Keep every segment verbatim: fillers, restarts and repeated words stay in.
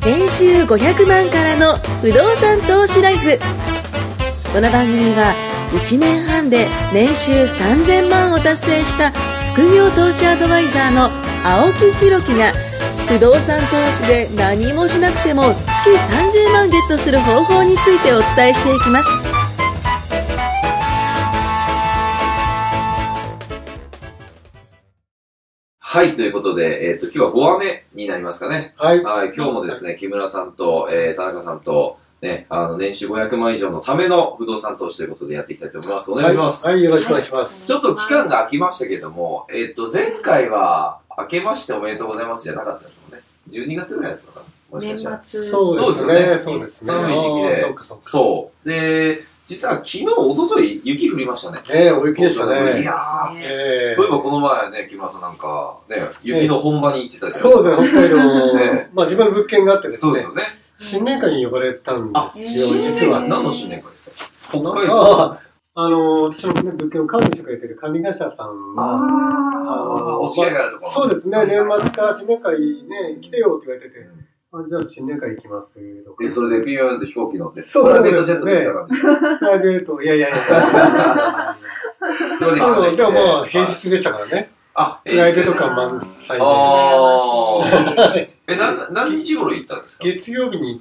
年収ごひゃくまんからの不動産投資ライフ。この番組はいちねんはんで年収さんぜんまんを達成した副業投資アドバイザーの青木弘樹が、不動産投資で何もしなくても月さんじゅうまんゲットする方法についてお伝えしていきます。 はい、ということで、えっと、今日はごわめになりますかね。 はい。 はい、今日もですね、木村さんと、えー、田中さんと、ね、あの、年収ごひゃくまん以上のための不動産投資ということでやっていきたいと思います。お願いします。 はい、はい、よろしくお願いします。 ちょっと期間が空きましたけども、えっと、前回は、明けましておめでとうございますじゃなかったですもんね。じゅうにがつぐらいだったのかな、 年末。 そうですね。そうですね。 寒い時期で。 そうか、そうか。 そう。で、実は昨日、一昨日雪降りましたね。 ええ、お雪でしたね。 いやー、 ええ。 そういえばこの前ね、木村さんなんか、ね、雪の本場に行ってたじゃないですか。そうですね、北海道。ね、まあ自分の物件があってですね。 そうですよね。 新年会に呼ばれたんですよ、実は。 何の新年会ですか？北海道。 あの、私の物件を管理してくれてる管理会社さんが、 ああ、お付き合いがあるところ。 そうですね、年末から新年会ね、来てよって言われてて、あ、じゃあ新年会行きます。 え、それでピヨーンと飛行機乗って。 そう、 プライベートジェットで行った感じ。 プライベート、いやいやいや。でもまあ、平日でしたからね。あ、プライベート感満載で。 ああ。え、な、何日頃行ったんですか？ 月曜日に行って、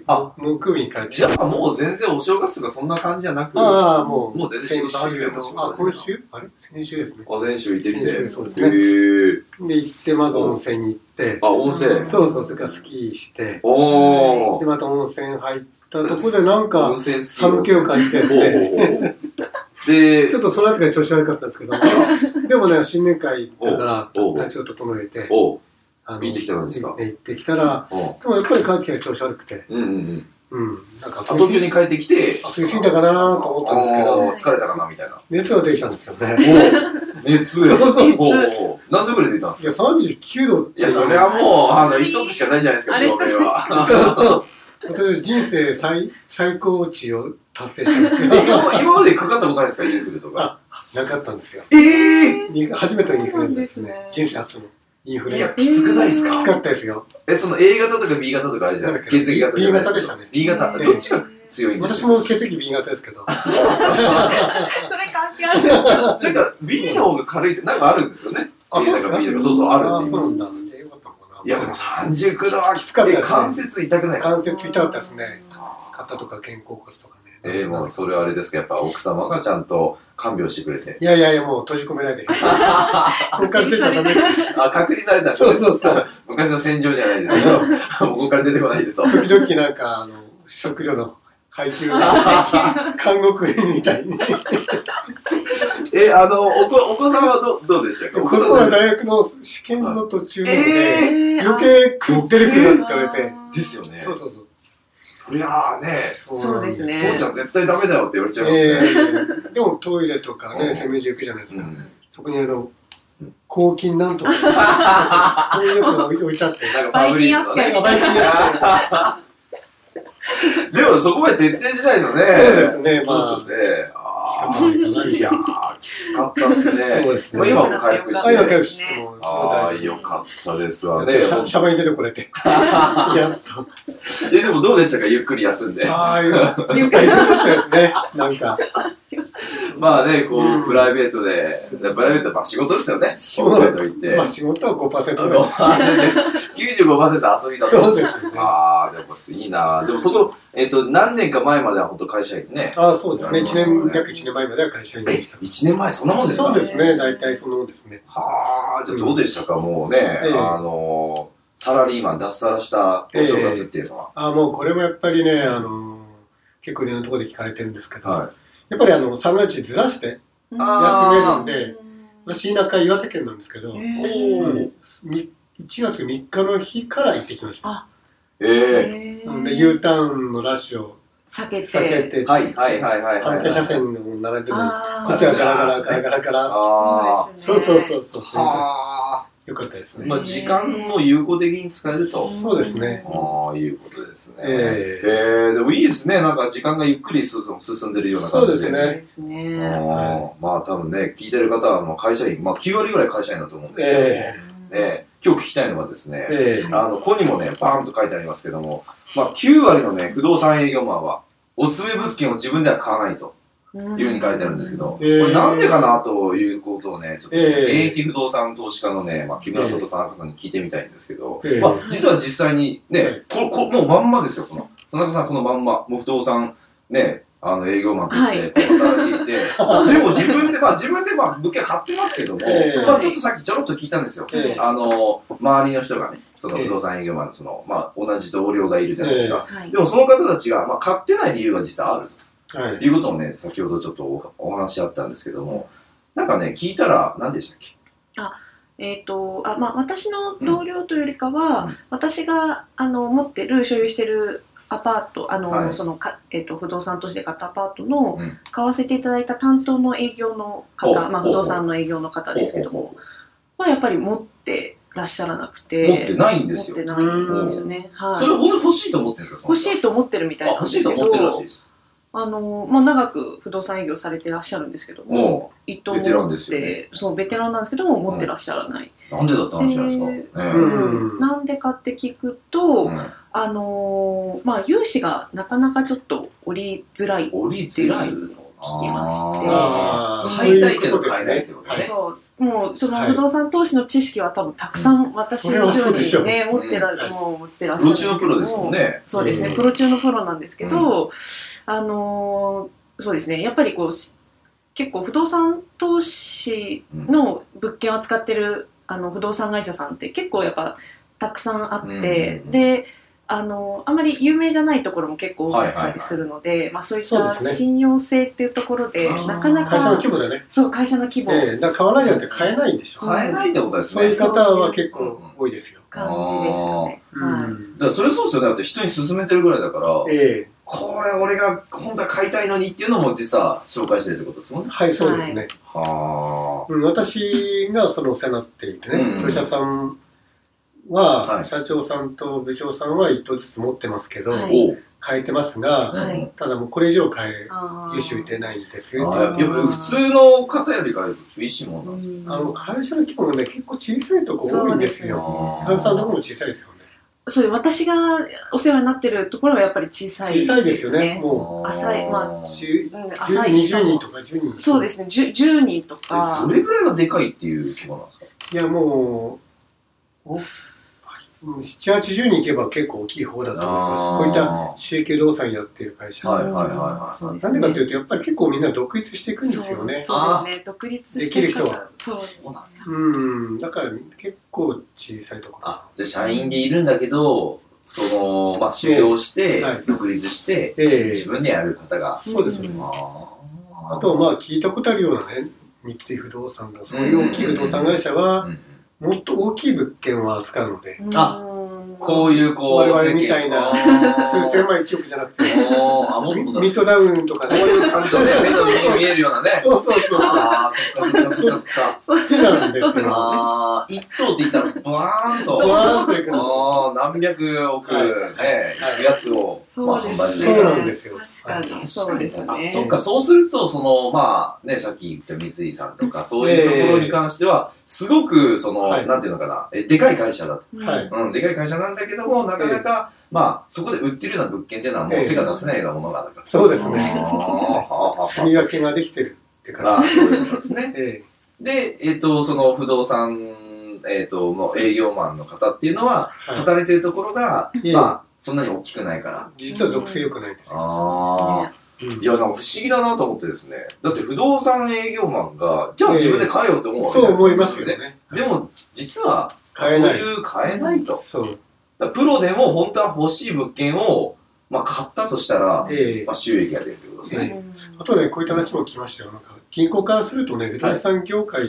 あ、木曜日に帰って。 じゃあもう全然お正月とかそんな感じじゃなく、 ああ、もう、 もう全然仕事始めました。 あ、今週あれ先週ですね。 あ、先週行ってきて。 先週、そうですね。で、行って、まず温泉に行って、 あ、温泉そうそう、それからスキーして、 おー。 で、また温泉入ったとこでなんか、寒気を感じてですね。で、ちょっとその後から調子悪かったんですけど、でもね、新年会だから、体調整えて、 あの行ってきたんですか？ 行ってきたら、でもやっぱり帰ってきたら調子悪くて、 うんうんうん。なんか東京に帰ってきて、 吸いすぎたかなと思ったんですけど、 疲れたかなみたいな。 熱が出てきたんですよね。 熱そうそう。 何度ぐらい出たんですか？ いや、さんじゅうきゅうど。 いや、それはもう、あの、一つしかないじゃないですか、病名は。 そうそう。私、人生最、最高値を達成したんですけど。 今までかかったことないですか、インフルとか。 あ、なかったんですよ。 ええ初めてのインフルエンザですね。人生初のインフルエンザ。 いや、きつくないですか？ きつかったですよ。 え、その A 型とか B 型とかあるじゃないですか。血液型。 B 型でしたね。 B 型。どっちが強いんですか？ 私も血液 B 型ですけど。 それ関係ある。 なんか B の方が軽いってなんかあるんですよね。 あ、そうですか？ B とかそうそうあるって言います。 そうなんだ。 いや、でもさんじゅうきゅうどはきつかったですね。関節痛くないですか？ 関節痛かったですね。肩とか肩甲骨とかね。 ええ、もうそれはあれですか、やっぱ奥様がちゃんと看病してくれて。 いやいやいや、もう閉じ込めないで。ここから出ちゃダメ。 あ、隔離されたんですね。そうそうそう。 昔の戦場じゃないですけど、ここから出てこないでと。 時々なんか、あの、食料の配給が、監獄みたいに。 え、あの、お子、お子様はど、どうでしたか？ 子供は大学の試験の途中なので、余計食ってるくなって言われて。 ですよね。 そうそうそう。 そりゃあね、 そうですね。 父ちゃん絶対ダメだよって言われちゃいますね。でもトイレとかね、洗面所行くじゃないですか。そこにあの、抗菌なんとか、こういうやつが置いてあって。 なんかファブリーズのね。 バイキンやって。でもそこまで徹底しないのね。 そうですね、まあ。 そうですね。いやー、きつかったっすね。 そうですね。 今も回復して。 今回復して。 ああ、よかったですわね。 シャバに出てこれて。やっと。 え、でもどうでしたか？ゆっくり休んで。 ああ、よかったですね。なんか。 まあね、こう、プライベートで、プライベートはまあ仕事ですよね。 仕事と言って。まあ仕事は ごパーセント ぐらい。 きゅうじゅうごパーセント 遊びだと。 そうですね。 ああ、でもいいな。でもその、えっと、何年か前までは本当会社員ね。 ああ、そうですね。一年、約いちねんまえまでは会社員でした。 いちねんまえ、そんなもんですか？ そうですね。大体そのもんですね。 はあ、じゃあどうでしたか？もうね、あの、サラリーマン脱サラしたお正月っていうのは。 ああ、もうこれもやっぱりね、あの、結構いろんなところで聞かれてるんですけど、やっぱりあの、さんがつずらして休めるんで、私田舎岩手県なんですけど、いちがつみっかの日から行ってきました。 ええ。 なので U ターンのラッシュを避けて、 避けて、 はいはいはいはい。 反対車線の並んでるのに、こっちはガラガラガラガラガラ。そうそうそうそう。よかったですね。 まあ時間も有効的に使えると。 そうですね。 ああ、いうことですね。ええ、でもいいですね。なんか時間がゆっくり進んでるような感じで。 そうですね。 まあ多分ね、聞いてる方はもう会社員、まあきゅうわりぐらい会社員だと思うんですけど。ええー、今日聞きたいのはですね、 えー、 あの、ここにもね、バーンと書いてありますけども、まあ、きゅうわりのね、不動産営業マンは、おすすめ物件を自分では買わないと。いうふうに書いてあるんですけど、えー、これなんでかなということをね、ちょっと、ね、えー、現役不動産投資家のね、まあ、木村さんと田中さんに聞いてみたいんですけど、えー、まあ、実は実際にね、ここもうまんまですよ、この。田中さんこのまんま、もう不動産ね、あの営業マンとして働いていて、はい、でも自分で、まあ自分でまあ物件買ってますけども、えー、まあちょっとさっきちょろっと聞いたんですよ。えー、あの、周りの人がね、その不動産営業マンのその、まあ同じ同僚がいるじゃないですか。えー、でもその方たちが、まあ買ってない理由が実はあると、はい、いうことをね、先ほどちょっと お, お話あったんですけども、なんかね、聞いたら何でしたっけ？ あえーとあまあ、私の同僚というよりかは、うん、私があの持ってる、所有してるアパート、あの、はい、そのか、えーと、不動産として買ったアパートの、うん、買わせていただいた担当の営業の方、まあ、不動産の営業の方ですけども、まあ、やっぱり持ってらっしゃらなくて、 持ってないんですよ。 持ってないんですよね。はい、 それ本当に欲しいと思ってるんですか？ 欲しいと思ってるみたいなんですけど、 欲しいと思ってるらしいです。 あのまあ、長く不動産営業されてらっしゃるんですけども、一棟持って、ベテランですよね。そう、ベテランなんですけども、持ってらっしゃらない。 うん、なんでだったんですか？えーうん、なんでかって聞くと、うん、あのまあ、融資がなかなかちょっと降りづらいっていうのを聞きまして、 買いたいけど買えないってことね。 そう、もうその不動産投資の知識は多分たくさん私のようにね、持ってら、もう持ってらっしゃる。 プロ中のプロですもんね。 そうですね、プロ中のプロなんですけど、うん、あのそうですね、やっぱりこう結構不動産投資の物件を扱ってるあの不動産会社さんって結構やっぱたくさんあって、うん、であのあまり有名じゃないところも結構多かったりするので、はいはいはい、まあ、そういった信用性っていうところで、ね、なかなか会社の規模でね、 そう会社の規模、 えー、だから買わないじゃなくて買えないんでしょ、 買えないってことですね。 そういう方は結構多いですよ、 感じですよね、 うん、はい、だからそれそうですよね。だって人に勧めてるぐらいだから、えー、これ俺が本当は買いたいのにっていうのも実は紹介してるってことですもんね。 はい、そうですね、 はあ、うん、私がそのお世話になっていてね、業者さんは、はい、社長さんと部長さんはいっ棟ずつ持ってますけど、はい、変えてますが、はい、ただもうこれ以上変え融資出ないんですよ。 やっぱ普通の方よりか厳しいもんなんですか？あの会社の規模がね結構小さいとこ多いんですよ。田中さんのところも小さいですよね。 そう、私がお世話になってるところはやっぱり小さいですね。 小さいですよね。もう浅い、まあ、 浅いにじゅうにんとかじゅうにん。 そうですね、じゅうにんとか。 どれぐらいがでかいっていう規模なんですか？ いやもうななじゅう、はちじゅうにんいけば結構大きい方だと思います。こういった収益不動産やっている会社。 はいはいはいはい。 なんでかというとやっぱり結構みんな独立していくんですよね。 そうですね、独立してできる人は。 そうなんだ。うん、だから結構小さいところ。 あ、じゃあ社員でいるんだけど、そのまあ修行して独立して自分でやる方が。 そうですね。あとまあ聞いたことあるようなね、三井不動産だ、そういう大きい不動産会社は。もっと大きい物件を扱うので、 あ、こういうこう我々みたいな数千万いちおくじゃなくて、 あ、もっとミッドダウンとかこういう感じで目の上に見えるようなね。 そうそうそう。 ああ、そっかそっかそっか。 そっちなんですよ。 ああ、一棟って言ったらバーンと、 バーンといくんです。 ああ、何百億ね、やつをまあ販売してる。そうなんですよ。 確かにそうですね。 そっか、そうするとそのまあね、さっき言った三井さんとかそういうところに関してはすごくそのなんていうのかな、えでかい会社だと、うん、でかい会社なんだけどもなかなかまあそこで売ってるような物件っていうのはもう手が出せないようなものがあるから。 そうですね。住み分けができてるって感じ。 そういうことですね。で、えっとその不動産えっともう営業マンの方っていうのは働いてるところがまあそんなに大きくないから。 実は属性良くないですよ。 ああ。いや、なんか不思議だなと思ってですね。だって不動産営業マンが、じゃあ自分で買えようと思うわけですよね。 そう思いますよね。 でも、実は、買えない。そういう買えないと。 そう。 プロでも本当は欲しい物件を、まあ、買ったとしたら、まあ、収益が出るってことですね。 あとね、こういった話も聞きましたよ。なんか銀行からするとね、不動産業界って、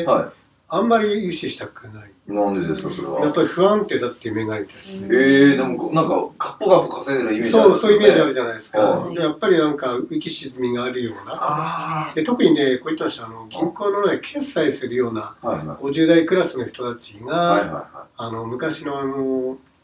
あんまり融資したくない。 なんでですか、それは。 やっぱり不安定だっていう目があるみたいですね。 ええ、でもなんか、カッポカッポ稼いでるイメージあるんですよね。 そう、そういうイメージあるじゃないですか。でやっぱりなんか、浮き沈みがあるような。で特にね、こういった人は、あの銀行のね、決済するような、ごじゅう代クラスの人たちが、あの昔のあの、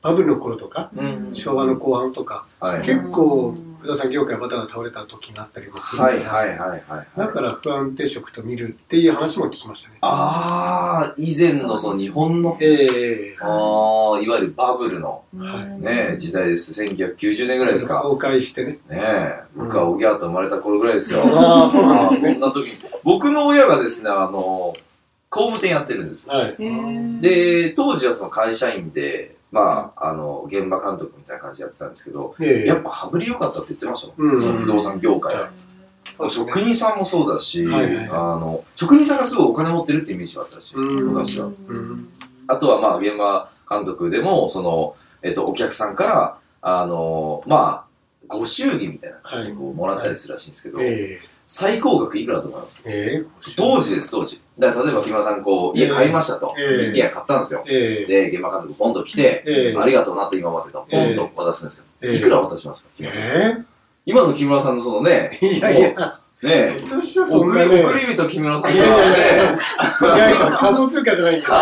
バブルの頃とか、 うん、 昭和の後半とか、はい、結構不動産業界バタバタ倒れた時があったりもするので、はいはいはいはい、だから不安定色と見るっていう話も聞きましたね。 ああ、以前のその日本の、えー、あいわゆるバブルの、ね、時代です。せんきゅうひゃくきゅうじゅうねんぐらいですか。 崩壊してね。 ね僕はおぎゃーと生まれた頃ぐらいですよ。 ああ、そうなんですね。 そんな時、僕の親がですね、あの工務店やってるんですよ。はい、で、当時はその会社員で、まあ、あの、現場監督みたいな感じでやってたんですけど、やっぱ羽振り良かったって言ってましたもん、うん、不動産業界は。ね、職人さんもそうだし、はいはい、あの、職人さんがすごいお金持ってるってイメージがあったらしいです、昔は。あとは、まあ、現場監督でも、その、えっと、お客さんから、あの、まあ、ご祝儀みたいな感じでこうもらったりするらしいんですけど、はいはい、えー、最高額いくらだと思います？えー、当時です、当時。だから例えば木村さん、こう、家買いましたと。えー、一軒家買ったんですよ。えー、で、現場監督ポンと来て、えー、ありがとうなと今までと、ポンと渡すんですよ。えー、いくら渡しますか、木村さん。えー、今の木村さんのそのね、いやいや、ねえ、私はそんなね、送り人木村さんがね、 いやいや、仮想通貨じゃないから。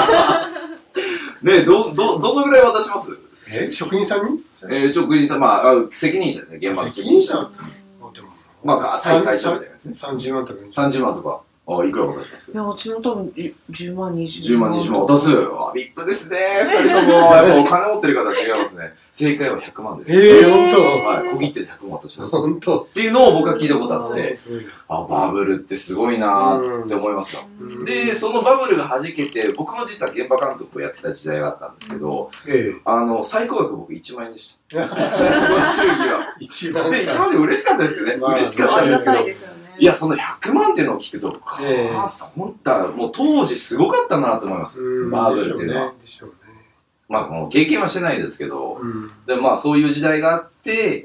ねえ、ど、ど、どのぐらい渡します？ え、職員さんに？ えー、職員さん、まあ、責任者ですね、現場の責任者。まあ、対会社みたいなですね。 さんじゅうまんとか。 さんじゅうまんとか。あ、いくら渡します？ いや、うちも多分じゅうまん、にじゅうまん。 じゅうまん、にじゅうまん渡す。あ、ビップですね。二人とも、やっぱお金持ってる方違いますね。正解はひゃくまんです。 ええー、ほんと？ はい、小切手でひゃくまん渡します。 ほんと？ っていうのを僕は聞いたことあって、あ、バブルってすごいなーって思いますよ。で、そのバブルが弾けて、僕も実は現場監督をやってた時代があったんですけど、ええ、あの、最高額僕いちまんえんでした。ご祝儀は。いちまんで、いちまんで嬉しかったですよね。まあ、嬉しかったんですけど。いや、そのひゃくまんっていうのを聞くと、えー、ああ、そんな、もう当時すごかったなと思います。バブルっていうのは。まあ、もう経験はしてないですけど、うん、でもまあ、そういう時代があって、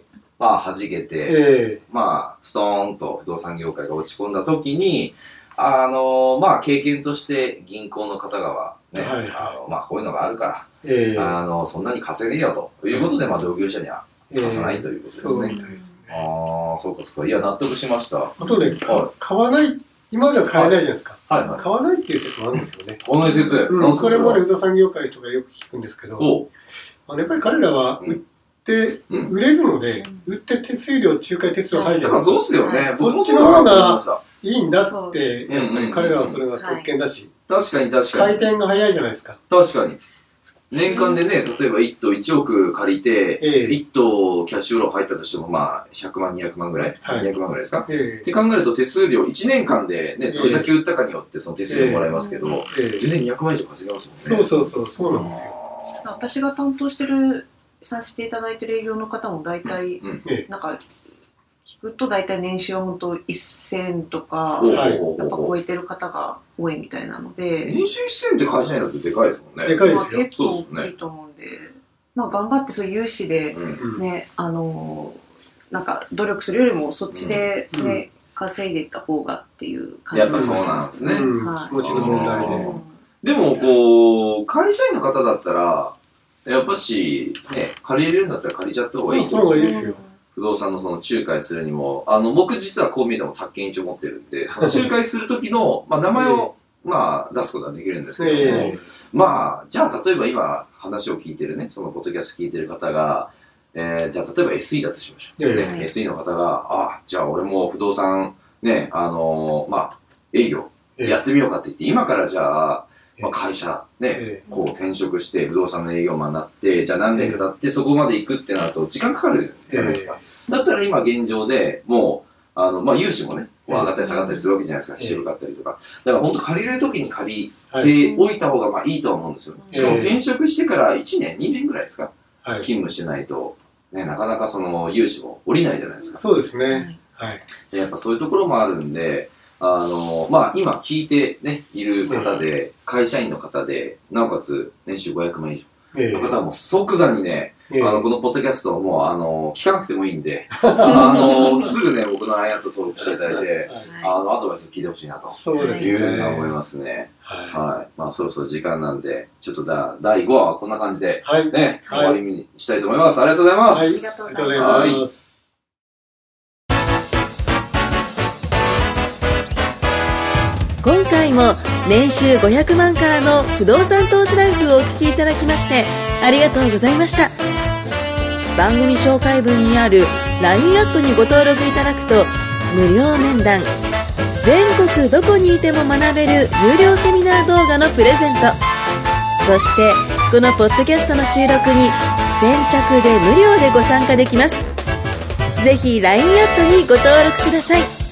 まあ、弾けて、えー、まあ、ストーンと不動産業界が落ち込んだ時に、あの、まあ、経験として銀行の方がね、はい、あのまあ、こういうのがあるから、えー、あの、そんなに稼げねえよということで、まあ、同業者には貸さないということですね。えーああ、そうかそうか。いや、納得しました。 あとね、買わない、今までは買えないじゃないですか。はいはい。買わないっていう説もあるんですよね。 買わない説、 うん、これもね、不動産業界とかよく聞くんですけど、あのやっぱり彼らは売って、うん、売れるので、売って手数料、仲介手数料入るじゃないですか。 そうっすよね。 そっちの方がいいんだって、やっぱり彼らはそれが特権だし。 確かに確かに。回転が早いじゃないですか。 確かに。年間でね、例えばいっ棟いちおく借りて、ええ、いっ棟キャッシュフロー入ったとしても、まあ、ひゃくまん、にひゃくまんぐらい、はい、にひゃくまんぐらいですか、ええ、って考えると手数料、いちねんかんでね、どれだけ売ったかによってその手数料もらえますけど、ええ、全然にひゃくまん以上稼げますもんね。そうそうそう、そうなんですよ。 私が担当してる、させていただいてる営業の方も大体、うん、なんか、聞くと大体年収は本当せんとか、やっぱ超えてる方が多いみたいなので。 年収せんって会社員だとでかいですもんね。 でかいですよ。 結構大きいと思うんで、まあ頑張ってそういう融資でね、うん、あの、なんか努力するよりもそっちでね、うん、稼いでいった方がっていう感じやっぱそうなんですね。 うんはい、気持ちの問題で。でもこう、会社員の方だったら、やっぱし、ね、借りれるんだったら借りちゃった方がいいと思う。そうがいいですよ。 不動産のその仲介するにも、あの、僕実はこう見えても宅建一応持ってるんで、その仲介する時の、まあ名前を、まあ出すことはできるんですけども、えー、まあ、じゃあ例えば今話を聞いてるね、そのポッドキャスト聞いてる方が、えー、じゃあ例えば エスイー だとしましょう。えーね、エスイー の方が、あ、じゃあ俺も不動産、ね、あのー、まあ、営業やってみようかって言って、今からじゃあ、まあ、会社ね、えー、こう転職して不動産の営業マンになって、じゃあ何年か経ってそこまで行くってなると時間かかるじゃないですか。えー、だったら今現状でもう、あの、まあ、融資もね、上がったり下がったりするわけじゃないですか、渋かったりとか。だから本当借りれる時に借りておいた方がまあいいとは思うんですよ。しかも転職してからいちねん、にねんぐらいですか、はい、勤務してないと、ね、なかなかその融資も下りないじゃないですか。 そうですね。はい。 でやっぱそういうところもあるんで、あの、まあ、今聞いてね、いる方で、会社員の方で、なおかつ年収ごひゃくまん以上の方はもう即座にね、えー、あの、このポッドキャストをもう、あの、聞かなくてもいいんで、あの、すぐね、僕の ライン アット登録していただいて、はい、あの、アドバイス聞いてほしいなと。 そうですね。 いうふうに思いますね。はい。はい。まあ、そろそろ時間なんで、ちょっとだ、だいごわはこんな感じで、はい。ね、はい、終わりにしたいと思います。ありがとうございます。 はい、ありがとうございます。はい今回も年収ごひゃくまんからの不動産投資ライフをお聞きいただきましてありがとうございました。番組紹介文にある ライン アットにご登録いただくと無料面談、全国どこにいても学べる有料セミナー動画のプレゼント、そしてこのポッドキャストの収録に先着で無料でご参加できます。ぜひ ライン アットにご登録ください。